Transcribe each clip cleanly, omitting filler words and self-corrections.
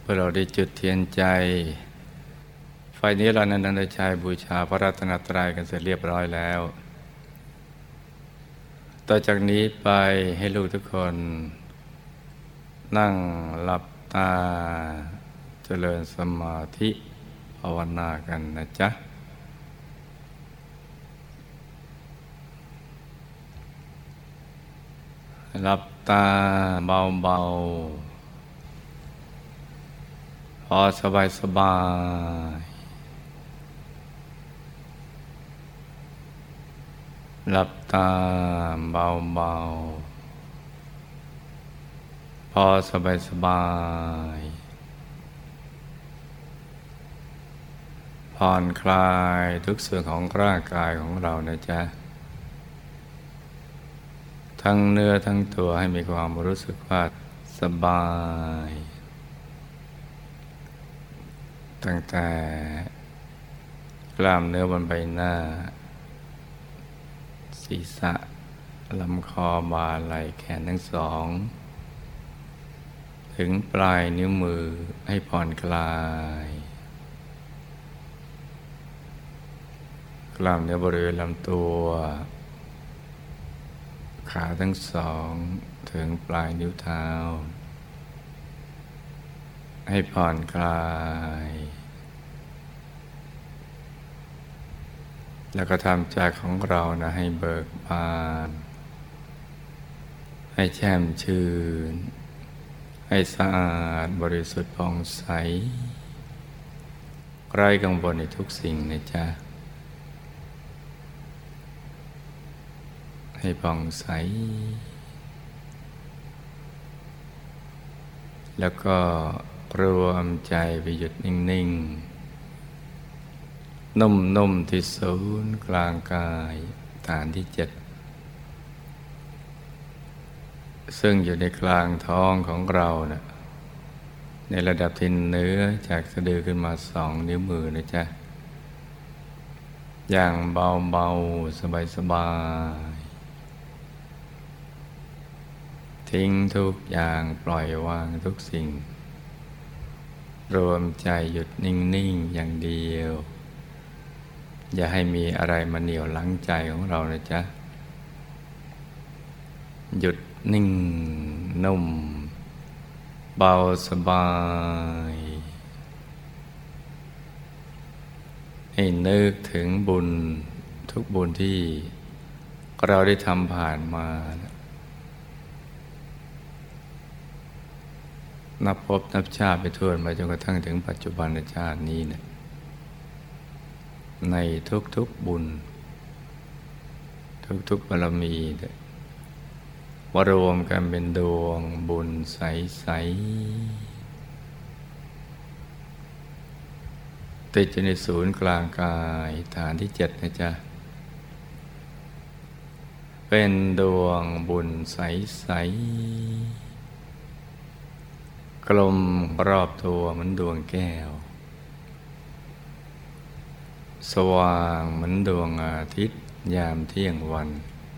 พื่อเราได้จุดเทียนใจไฟนี้เรานั้นได้ใช้บูชาพระรัตนตรัยกันเสร็จเรียบร้อยแล้ว ต่อจากนี้ไปให้ลูกทุกคนนั่งหลับตาเจริญสมาธิภาวนากันนะจ๊ะหลับตาเบาๆพอสบายหลับตาเบาๆพอสบายผ่อนคลายทุกส่วนของร่างกายของเรานะจ๊ะทั้งเนื้อทั้งตัวให้มีความรู้สึกว่าสบายตั้งแต่กล้ามเนื้อบนใบหน้าศีรษะลำคอบ่าไหล่แขนทั้งสองถึงปลายนิ้วมือให้ผ่อนคลายกล้ามเนื้อบริเวณลำตัวขาทั้งสองถึงปลายนิ้วเท้าให้ผ่อนคลายแล้วก็ทำใจของเรานะให้เบิกบานให้แช่มชื่นให้สะอาดบริสุทธิ์ผ่องใสไร้กังวลในทุกสิ่งนะจ๊ะให้ผ่องใสแล้วก็รวมใจไปหยุดนิ่งๆนุ่มๆที่ศูนย์กลางกายฐานที่7ซึ่งอยู่ในกลางท้องของเรานะในระดับที่เหนือจากสะดือขึ้นมา2 นิ้วมือนะจ๊ะอย่างเบาๆสบายๆทิ้งทุกอย่างปล่อยวางทุกสิ่งรวมใจหยุดนิ่งๆอย่างเดียวอย่าให้มีอะไรมาเหนี่ยวรั้งใจของเรานะจ๊ะหยุดนิ่งนุ่มเบาสบายให้นึกถึงบุญทุกบุญที่เราได้ทำผ่านมานับพบนับชาติไปทั่วมาจนกระทั่งถึงปัจจุบันชาตินี้เนี่ยในทุกบุญทุกบารมีมารวมกันเป็นดวงบุญใสๆติดอยู่ในศูนย์กลางกายฐานที่7นะจ๊ะเป็นดวงบุญใสๆกลมรอบตัวเหมือนดวงแก้วสว่างเหมือนดวงอาทิตย์ยามเที่ยงวัน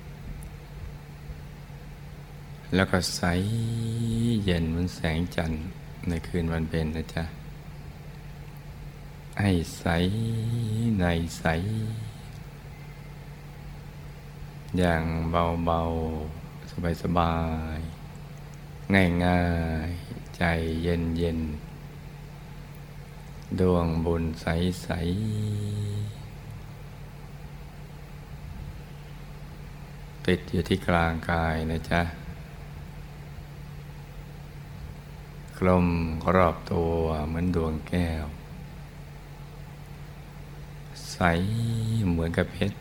แล้วก็ใสเย็นเหมือนแสงจันทร์ในคืนวันเพ็ญนะจ๊ะให้ใสในใสอย่างเบาๆสบายๆง่ายๆใจเย็นๆดวงบุญใสๆติดอยู่ที่กลางกายนะจ๊ะกลมรอบตัวเหมือนดวงแก้วใสเหมือนกับเพชร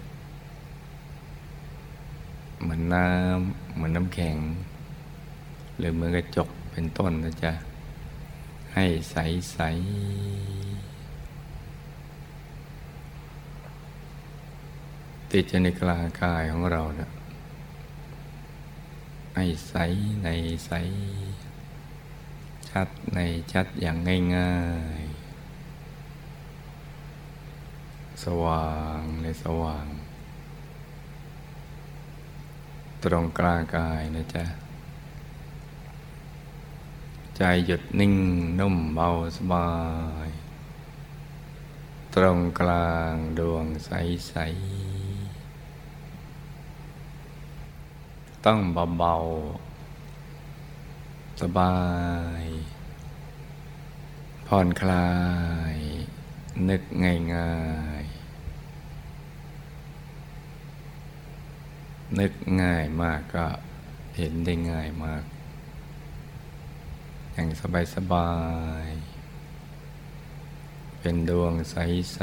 เหมือนน้ำเหมือนน้ำแข็งหรือเหมือนกระจกเป็นต้นนะจ๊ะให้ใสๆติดอยู่ในกลางกายของเรานะให้ใสในใสชัดในชัดอย่างง่ายๆสว่างในสว่างตรงกลางกายนะจ๊ะใจหยุดนิ่งนุ่มเบาสบายตรงกลางดวงใสๆต้องเบาๆสบายผ่อนคลายนึกง่ายๆนึกง่ายมากก็เห็นได้ง่ายมากอย่างสบายๆเป็นดวงใส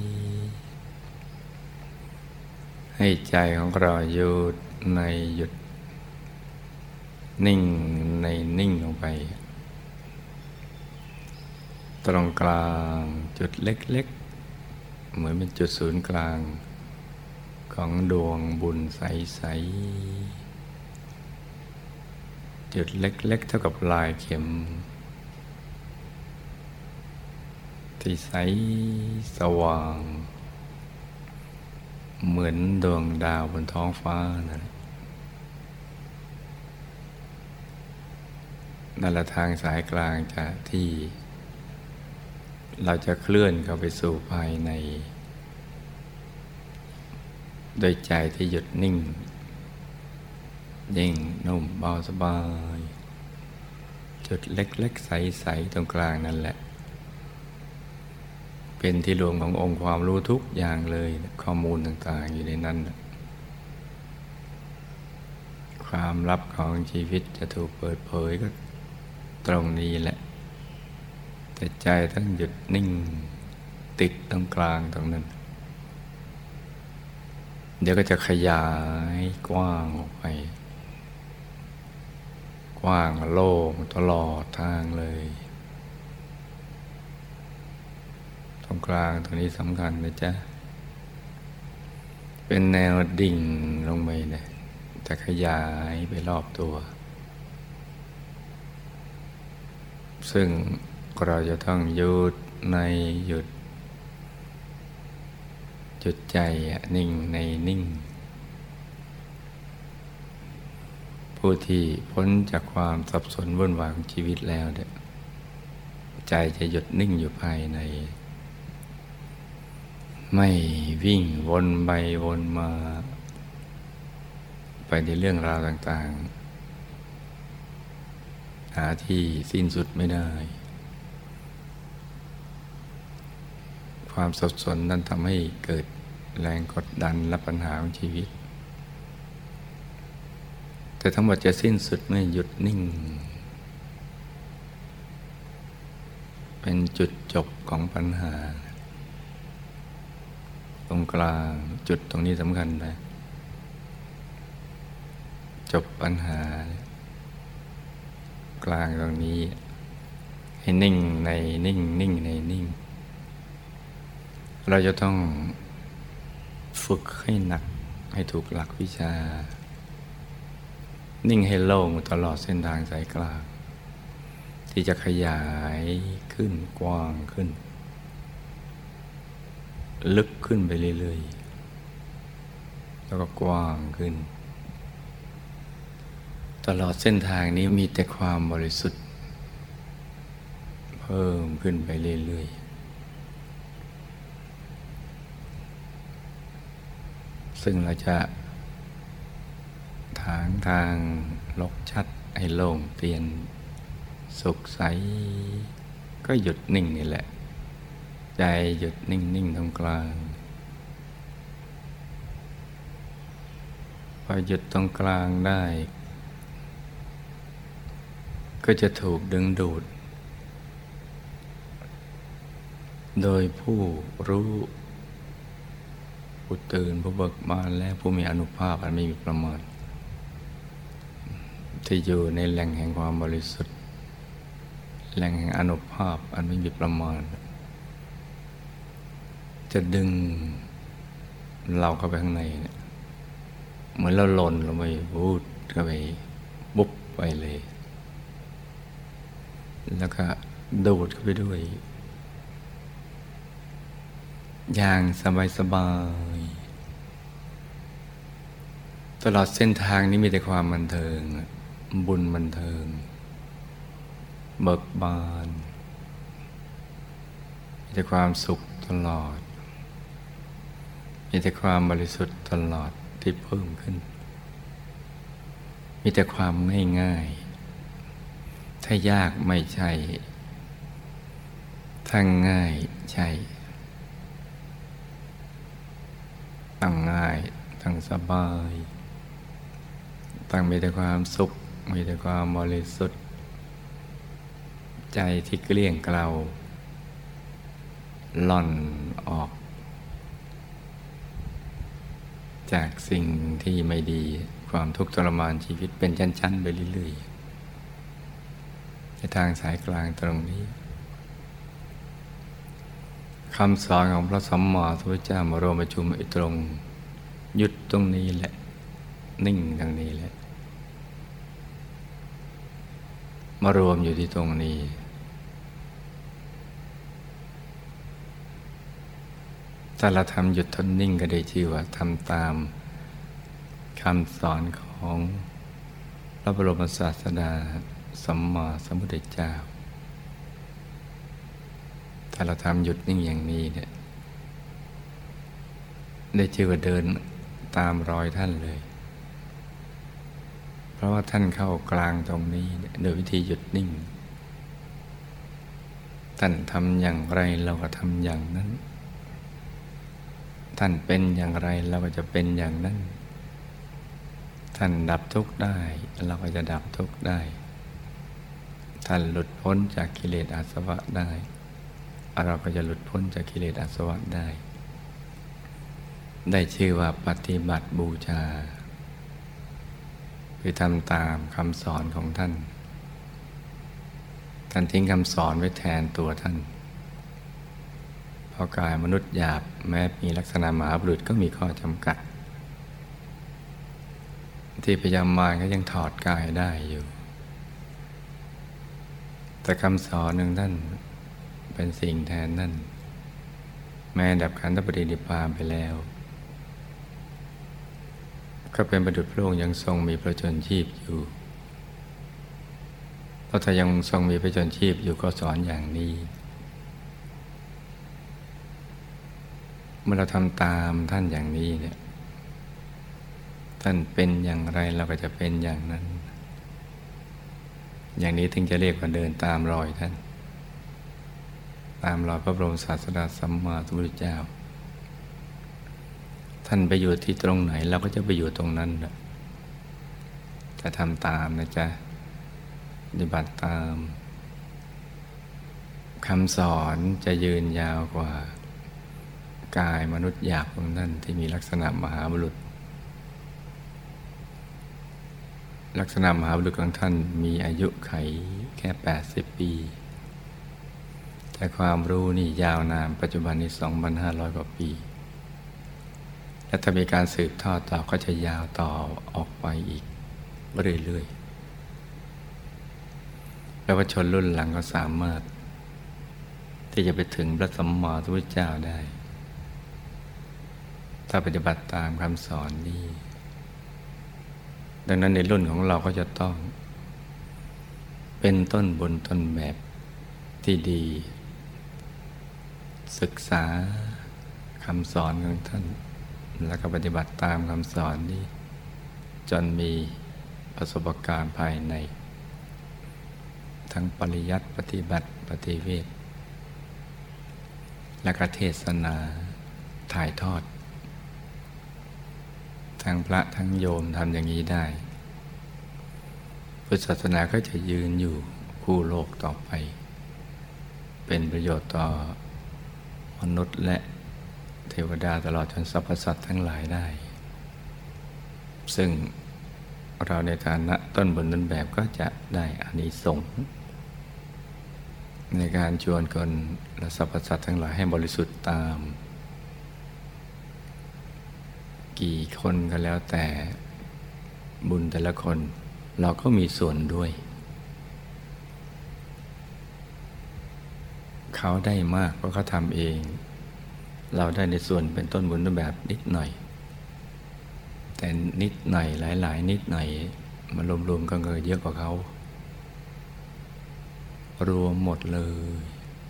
ๆให้ใจของเราหยุดนิ่งในนิ่งลงไปตรงกลางจุดเล็กๆเหมือนเป็นจุดศูนย์กลางของดวงบุญใสๆจุดเล็กๆเท่ากับลายเข็มที่ใสสว่างเหมือนดวงดาวบนท้องฟ้านั่นแหละทางสายกลางจากที่เราจะเคลื่อนเข้าไปสู่ภายในโดยใจที่หยุดนิ่งยิ่งนุ่มเบาสบายจุดเล็กๆใสๆตรงกลางนั่นแหละเป็นที่รวมขององค์ความรู้ทุกอย่างเลยข้อมูลต่างๆอยู่ในนั้นความลับของชีวิตจะถูกเปิดเผยก็ตรงนี้แหละแต่ใจต้องหยุดนิ่งติดตรงกลางตรงนั้นเดี๋ยวก็จะขยายกว้างออกไปกว้างโล่งตลอดทางเลยตรงกลางตรงนี้สำคัญนะจ๊ะเป็นแนวดิ่งลงไปเนี่ยจะขยายไปรอบตัวซึ่งเราจะต้องหยุดในหยุดจุดใจนิ่งในนิ่งผู้ที่พ้นจากความสับสนวุ่นวายของชีวิตแล้วเนี่ยใจจะหยุดนิ่งอยู่ภายในไม่วิ่งวนไปวนมาไปในเรื่องราวต่างๆหาที่สิ้นสุดไม่ได้ความสับสนนั้นทำให้เกิดแรงกดดันและปัญหาของชีวิตแต่ทั้งหมดจะสิ้นสุดเมื่อหยุดนิ่งเป็นจุดจบของปัญหาตรงกลางจุดตรงนี้สำคัญนะจบปัญหากลางตรงนี้ให้นิ่งในนิ่งนิ่งในนิ่งเราจะต้องฝึกให้หนักให้ถูกหลักวิชานิ่งให้โล่งตลอดเส้นทางสายกลางที่จะขยายขึ้นกว้างขึ้นลึกขึ้นไปเรื่อยๆแล้วก็กว้างขึ้นตลอดเส้นทางนี้มีแต่ความบริสุทธิ์เพิ่มขึ้นไปเรื่อยๆซึ่งเราจะทางลกชัดให้โล่งเตียนสุขใสก็หยุดนิ่งนี่แหละใจหยุดนิ่งตรงกลางพอหยุดตรงกลางได้ก็จะถูกดึงดูดโดยผู้รู้ผู้ตื่นผู้เบิกบานและผู้มีอานุภาพอันไม่มีประมาณที่อยู่ในแหล่งแห่งความบริสุทธิ์แหล่งแห่งอานุภาพอันไม่มีประมาณจะดึงเราเข้าไปข้างในเนี่ยเหมือนเราหล่นลงไปวูดเข้าไปบุ๊บไปเลยแล้วก็ดูดเข้าไปด้วยอย่างสบายๆตลอดเส้นทางนี้มีแต่ความบันเทิงบุญบันเทิงเบิกบาน มีแต่ความสุขตลอด มีแต่ความบริสุทธิ์ตลอดที่เพิ่มขึ้น มีแต่ความง่ายๆถ้ายากไม่ใช่ถ้าง่ายใช่ตั้งง่ายตั้งสบายตั้งมีแต่ความสุขมีแต่ความบริสุทธิ์ใจที่เกลี้ยงเกลาหล่อนออกจากสิ่งที่ไม่ดีความทุกข์ทรมานชีวิตเป็นชั้นๆไปเรื่อยๆในทางสายกลางตรงนี้คำสอนของพระสัมมาสัมพุทธเจ้ามารวมประชุมไอ้ตรงหยุดตรงนี้แหละนิ่งตรงนี้แหละมารวมอยู่ที่ตรงนี้ถ้าเราทำหยุดทนนิ่งก็ได้ชื่อว่าทำตามคำสอนของพระบรมศาสดาสัมมาสัมพุทธเจ้าถ้าเราทำหยุดนิ่งอย่างนี้เนี่ยได้ชื่อว่าเดินตามรอยท่านเลยเพราะว่าท่านเข้ากลางตรงนี้โดยวิธีหยุดนิ่งท่านทำอย่างไรเราก็ทำอย่างนั้นท่านเป็นอย่างไรเราก็จะเป็นอย่างนั้นท่านดับทุกข์ได้เราก็จะดับทุกข์ได้ท่านหลุดพ้นจากกิเลสอาสวะได้เราก็จะหลุดพ้นจากกิเลสอาสวะได้ได้ชื่อว่าปฏิบัติบูชาคือทำตามคำสอนของท่านท่านทิ้งคำสอนไว้แทนตัวท่านเพราะกายมนุษย์หยาบแม้มีลักษณะมหาบุรุษก็มีข้อจำกัดที่พยามารก็ยังถอดกายได้อยู่แต่คำสอนหนึ่งท่านเป็นสิ่งแทนนั่นแม้ดับขันธปรินิพพานไปแล้วก็เป็นประดุจพระองค์ยังทรงมีพระชนชีพอยู่เพราะถ้ายังทรงมีพระชนชีพอยู่ก็สอนอย่างนี้เมื่อเราทำตามท่านอย่างนี้เนี่ยท่านเป็นอย่างไรเราก็จะเป็นอย่างนั้นอย่างนี้ถึงจะเรียกว่าเดินตามรอยท่านตามรอยพระบรมศาสดาสัมมาสัมพุทธเจ้าท่านไปอยู่ที่ตรงไหนเราก็จะไปอยู่ตรงนั้นแหละจะทำตามนะจ๊ะปฏิบัติตามคำสอนจะยืนยาวกว่ากายมนุษย์หยาบของท่านที่มีลักษณะมหาบุรุษลักษณะมหาบุรุษของท่านมีอายุไขแค่80 ปีแต่ความรู้นี่ยาวนานปัจจุบันนี้ 2,500 กว่าปีและถ้ามีการสืบทอดต่อก็จะยาวต่อออกไปอีกเรื่อยๆแล้วชนรุ่นหลังก็สามารถที่จะไปถึงพระสัมมาสัมพุทธเจ้าได้ถ้าปฏิบัติตามคำสอนนี้ดังนั้นในรุ่นของเราก็จะต้องเป็นต้นบุญต้นแบบที่ดีศึกษาคำสอนของท่านแล้วก็ปฏิบัติตามคำสอนนี้จนมีประสบการณ์ภายในทั้งปริยัติปฏิบัติปฏิเวทและก็เทศนาถ่ายทอดทั้งพระทั้งโยมทำอย่างนี้ได้พุทธศาสนาก็จะยืนอยู่คู่โลกต่อไปเป็นประโยชน์ต่อมนุษย์และเทวดาตลอดจนสรรพสัตว์ทั้งหลายได้ซึ่งเราในฐานะต้นบุญต้นแบบก็จะได้อานิสงส์ในการชวนคนและสรรพสัตว์ทั้งหลายให้บริสุทธิ์ตามกี่คนก็แล้วแต่บุญแต่ละคนเราก็มีส่วนด้วยเขาได้มากเพราะเขาทำเองเราได้ในส่วนเป็นต้นบุญแบบนิดหน่อยแต่นิดหน่อยหลายๆนิดหน่อยมารวมๆก็เงินเยอะกว่าเขารวมหมดเลย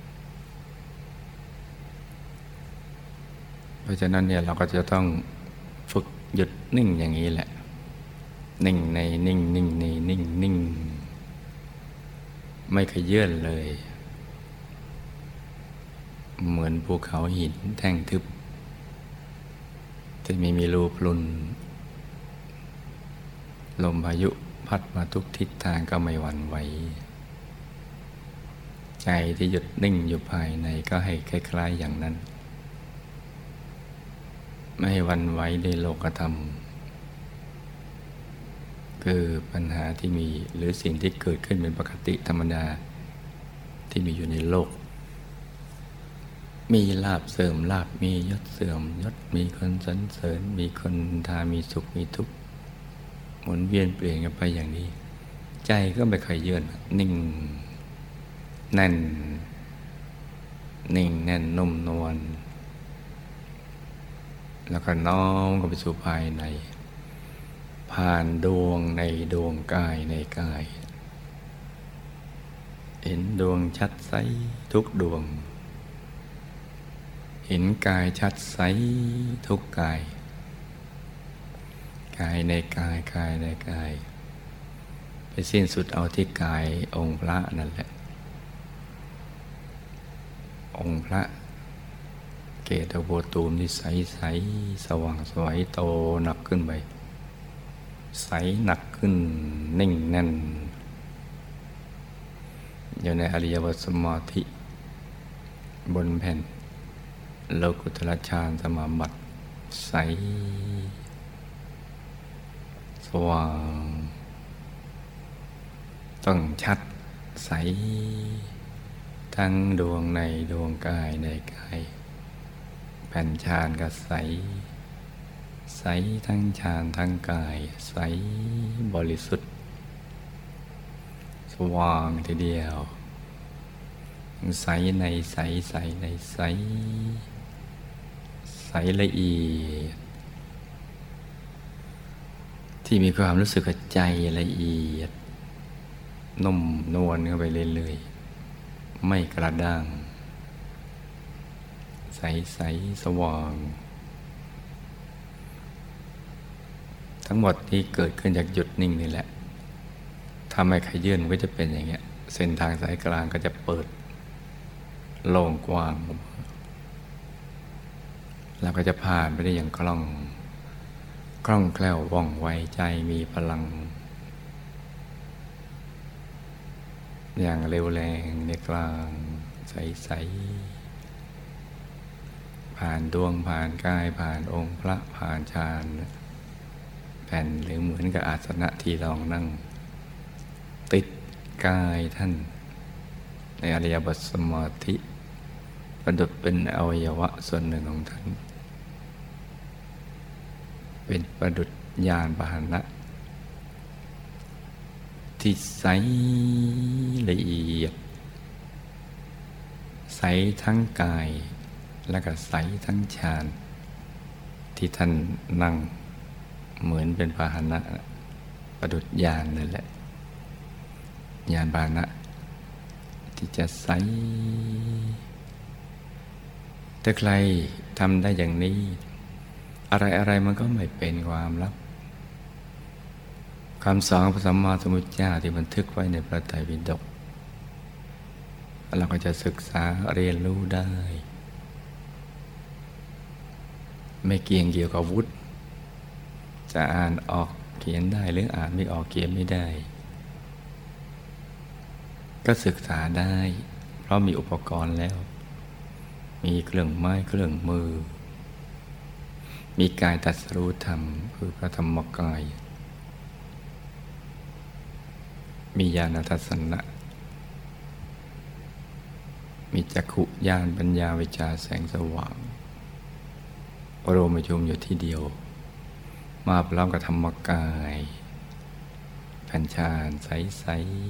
เพราะฉะนั้นเนี่ยเราก็จะต้องฝึกหยุดนิ่งอย่างนี้แหละนิ่งในนิ่งนิ่งในนิ่งนิ่งไม่ขยื่นเลยเหมือนภูเขาหินแท่งทึบที่ไม่มีรูพรุนลมพายุพัดมาทุกทิศทางก็ไม่หวั่นไหวใจที่หยุดนิ่งอยู่ภายในก็ให้คล้ายๆอย่างนั้นไม่ให้หวั่นไหวในโลกธรรมคือปัญหาที่มีหรือสิ่งที่เกิดขึ้นเป็นปกติธรรมดาที่มีอยู่ในโลกมีลาภเสื่อมลาภมียศเสื่อมยศมีคนสรรเสริญมีคนทามีสุขมีทุกข์หมุนเวียนเปลี่ยนกันไปอย่างนี้ใจก็ไม่เคยเยื่อนนิ่งแน่นนิ่งแน่นนุ่มนวลแล้วก็น้อมเข้าไปสู่ภายในผ่านดวงในดวงกายในกายเห็นดวงชัดใสทุกดวงเห็นกายชัดใสทุกกายกายในกายกายในกายไปสิ้นสุดเอาที่กายองค์พระนั่นแหละองค์พระเกศโวตูมที่ใสใสสว่างสวยโตหนักขึ้นไปใสหนักขึ้นนิ่งแน่นอยู่ในอริยบทสมาธิบนแผ่นโลกุตตรฌานสมาบัติใสสว่างต้องชัดใสทั้งดวงในดวงกายในกายแผ่นฌานก็ใสใสทั้งฌานทั้งกายใสบริสุทธิ์สว่างทีเดียวใสในใสใสในใสใสละเอียดที่มีความรู้สึกใจละเอียดนุ่มนวลเข้าไปเรื่อยๆไม่กระด้างใสใสสว่างทั้งหมดนี้เกิดขึ้นจากหยุดนิ่งนี่แหละถ้าไม่ขยื่นก็จะเป็นอย่างเงี้ยเส้นทางสายกลางก็จะเปิดโล่งกว้างเราก็จะผ่านไปได้อย่างคล่องแคล่วว่องไวใจมีพลังอย่างเร็วแรงในกลางใสๆผ่านดวงผ่านกายผ่านองค์พระผ่านฌานแผ่นหรือเหมือนกับอาสนะที่รองนั่งติดกายท่านในอริยบทสมาธิประดุจเป็นอวัยวะส่วนหนึ่งของท่านเป็นประดุจญาณพาหนะที่ใสละเอียดใสทั้งกายและก็ใสทั้งฌานที่ท่านนั่งเหมือนเป็นพาหนะประดุจญาณนั่นแหละญาณพาหนะที่จะใสถ้าใครทำได้อย่างนี้อะไรๆมันก็ไม่เป็นความลับคำสอนของพระสัมมาสัมพุทธเจ้าที่บันทึกไว้ในพระไตรปิฎกเราก็จะศึกษาเรียนรู้ได้ไม่เกี่ยวกับวุฒิจะอ่านออกเขียนได้หรืออ่านไม่ออกเขียนไม่ได้ก็ศึกษาได้เพราะมีอุปกรณ์แล้วมีเครื่องไม้เครื่องมือมีกายตรัสรู้ธรรมคือพระธรรมกายมีญาณทัศนะมีจักขุญาณปัญญาวิชาแสงสว่างรวมประชุมอยู่ที่เดียวมาพร้อมกับธรรมกายแผ่นฌานใส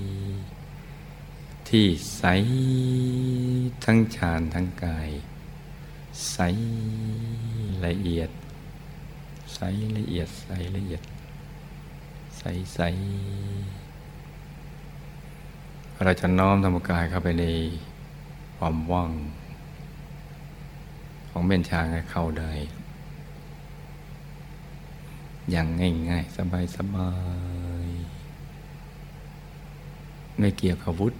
ๆที่ใสทั้งฌานทั้งกายใสละเอียดใสละเอียดใสละเอียดใสเราจะน้อมธรรมกายเข้าไปในความว่างของเบญจางให้เข้าได้อย่างง่ายๆสบายๆไม่เกี่ยวกับวุฒิ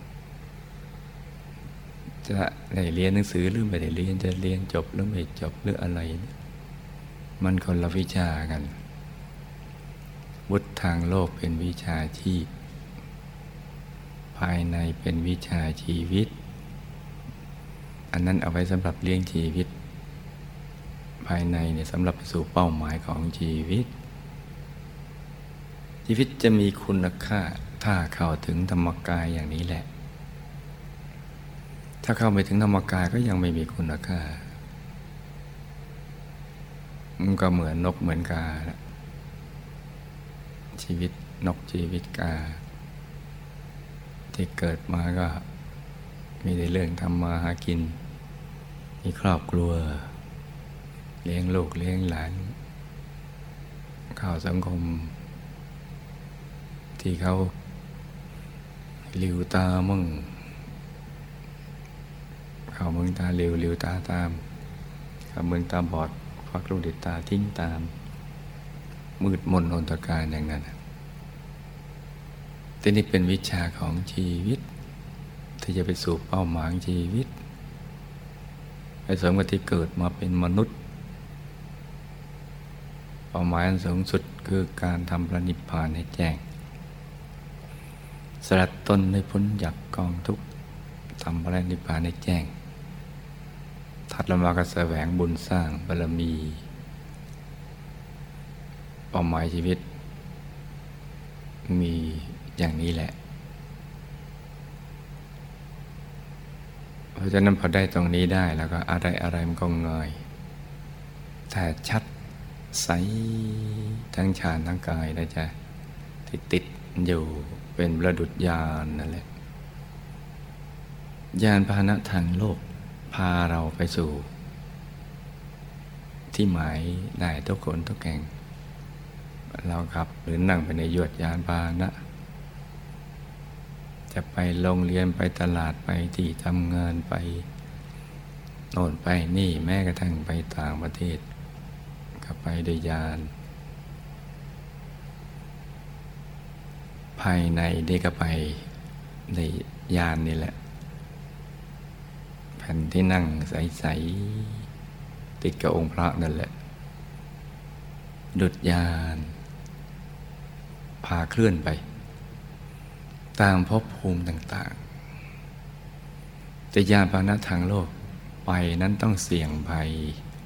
จะได้เรียนหนังสือหรือไม่ได้เรียนจะเรียนจบหรือไม่จบหรืออะไรมันคนละวิชากันวุฒิทางโลกเป็นวิชาชีพภายในเป็นวิชาชีวิตอันนั้นเอาไว้สำหรับเลี้ยงชีวิตภายในเนี่ยสำหรับไปสู่เป้าหมายของชีวิตชีวิตจะมีคุณค่าถ้าเข้าถึงธรรมกายอย่างนี้แหละถ้าเข้าไม่ถึงธรรมกายก็ยังไม่มีคุณค่ามันก็เหมือนนกเหมือนกาชีวิตนกชีวิตกาที่เกิดมาก็มีแต่เรื่องทำมาหากินมีครอบครัวเลี้ยงลูกเลี้ยงหลานเข้าสังคมที่เขาหลิวตามั่งเข้าเมืองตาหลิวตาตามเข้าเมืองตาบอดควักลูกเด็ดตาทิ้งตามมืดมนอนตการอย่างนั้นแต่นี่เป็นวิชาของชีวิตที่จะไปสู่เป้าหมายชีวิตไปสมกับที่เกิดมาเป็นมนุษย์เป้าหมายอันสูงสุดคือการทำพระนิพพานให้แจ้งสลัดตนให้พ้นจากกองทุกข์ทำพระนิพพานให้แจ้งถัดลงมาก็แสวงบุญสร้างบารมีเป้าหมายชีวิตมีอย่างนี้แหละเพราะฉะนั้นพอได้ตรงนี้ได้แล้วก็อะไรมันก็ง่ายแต่ชัดใสทั้งฌานทั้งกายนะจ๊ะติดอยู่เป็นประดุจญาณนั่นแหละญาณพาหนะทางโลกพาเราไปสู่ที่หมายได้ทุกคนทุกแห่งเราขับหรือนั่งไปในยวดยานพาหนะจะไปโรงเรียนไปตลาดไปที่ทำงานไปโน่นไปนี่แม้กระทั่งไปต่างประเทศก็ไปด้วยยานภายในได้ก็ไปในยานนี่แหละแผ่นที่นั่งใสๆติดกับองค์พระนั่นแหละดุจยานพาเคลื่อนไปตามภพภูมิต่างๆแต่ยานพาหนะทางโลกไปนั้นต้องเสี่ยงภัย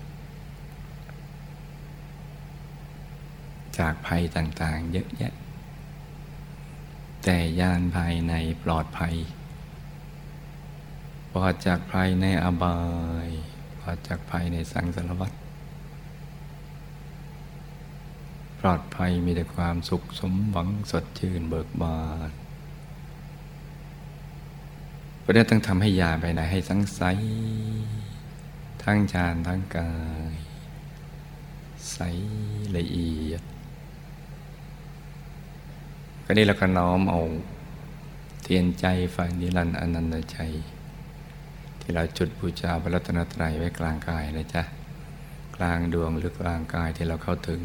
จากภัยต่างๆเยอะแยะแต่ยานภายในปลอดภัยปลอดจากภัยในอบายปลอดจากภัยในสังสารวัฏปลอดภัยมีแต่ความสุขสมหวังสดชื่นเบิกบานเพราะนั้นต้องทำให้ยานไปไหนให้สังใสทั้งฌานทั้งกายใสละเอียดก็นี้เราก็น้อมเอาเทียนใจไฟนิรันดร์อนันตชัยที่เราจุดบูชาพระรัตนตรัยไว้กลางกายนะจ๊ะกลางดวงหรือกลางกายที่เราเข้าถึง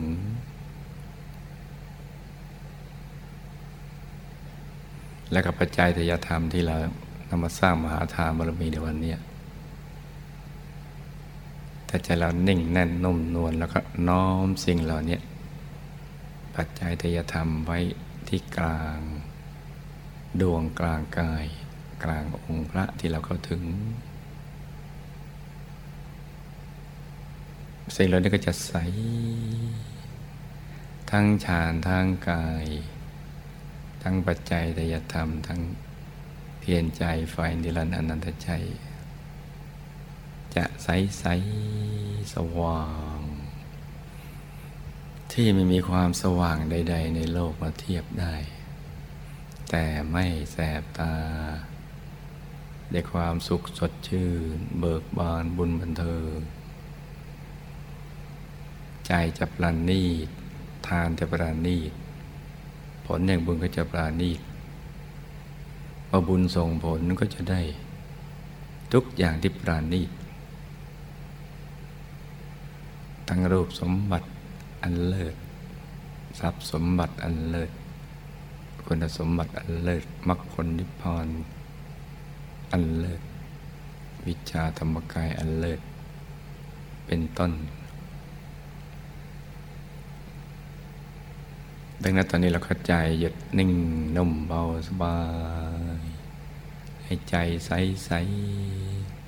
และกับปัจจัยทยธรรมที่เรานำมาสร้างมหาทานบารมีในวันนี้ถ้าใจเรานิ่งแน่นนุ่มนวลแล้วก็น้อมสิ่งเหล่านี้ปัจจัยทยธรรมไว้ที่กลางดวงกลางกายกลางองค์พระที่เราเข้าถึงสิ่งเหล่านี้ก็จะใสทั้งฌานทั้งกายทั้งปัจจัยทยธรรมทั้งเทียนใจไฟนิรันดร์อนันตชัยจะใสสว่างที่ไม่มีความสว่างใดๆในโลกมาเทียบได้แต่ไม่แสบตาได้ความสุขสดชื่นเบิกบานบุญบันเทิงใจจะปราณีตทานจะปราณีตผลแห่งบุญก็จะปราณีตพอบุญส่งผลก็จะได้ทุกอย่างที่ปราณีตทั้งรูปสมบัติอันเลิศทรัพย์สมบัติอันเลิศคุณสมบัติอันเลิศมรรคผลนิพพานอันเลิศวิชาธรรมกายอันเลิศเป็นต้นดังนั้นตอนนี้เราเข้าใจหยุดนิ่งนุ่มเบาสบายให้ใจใส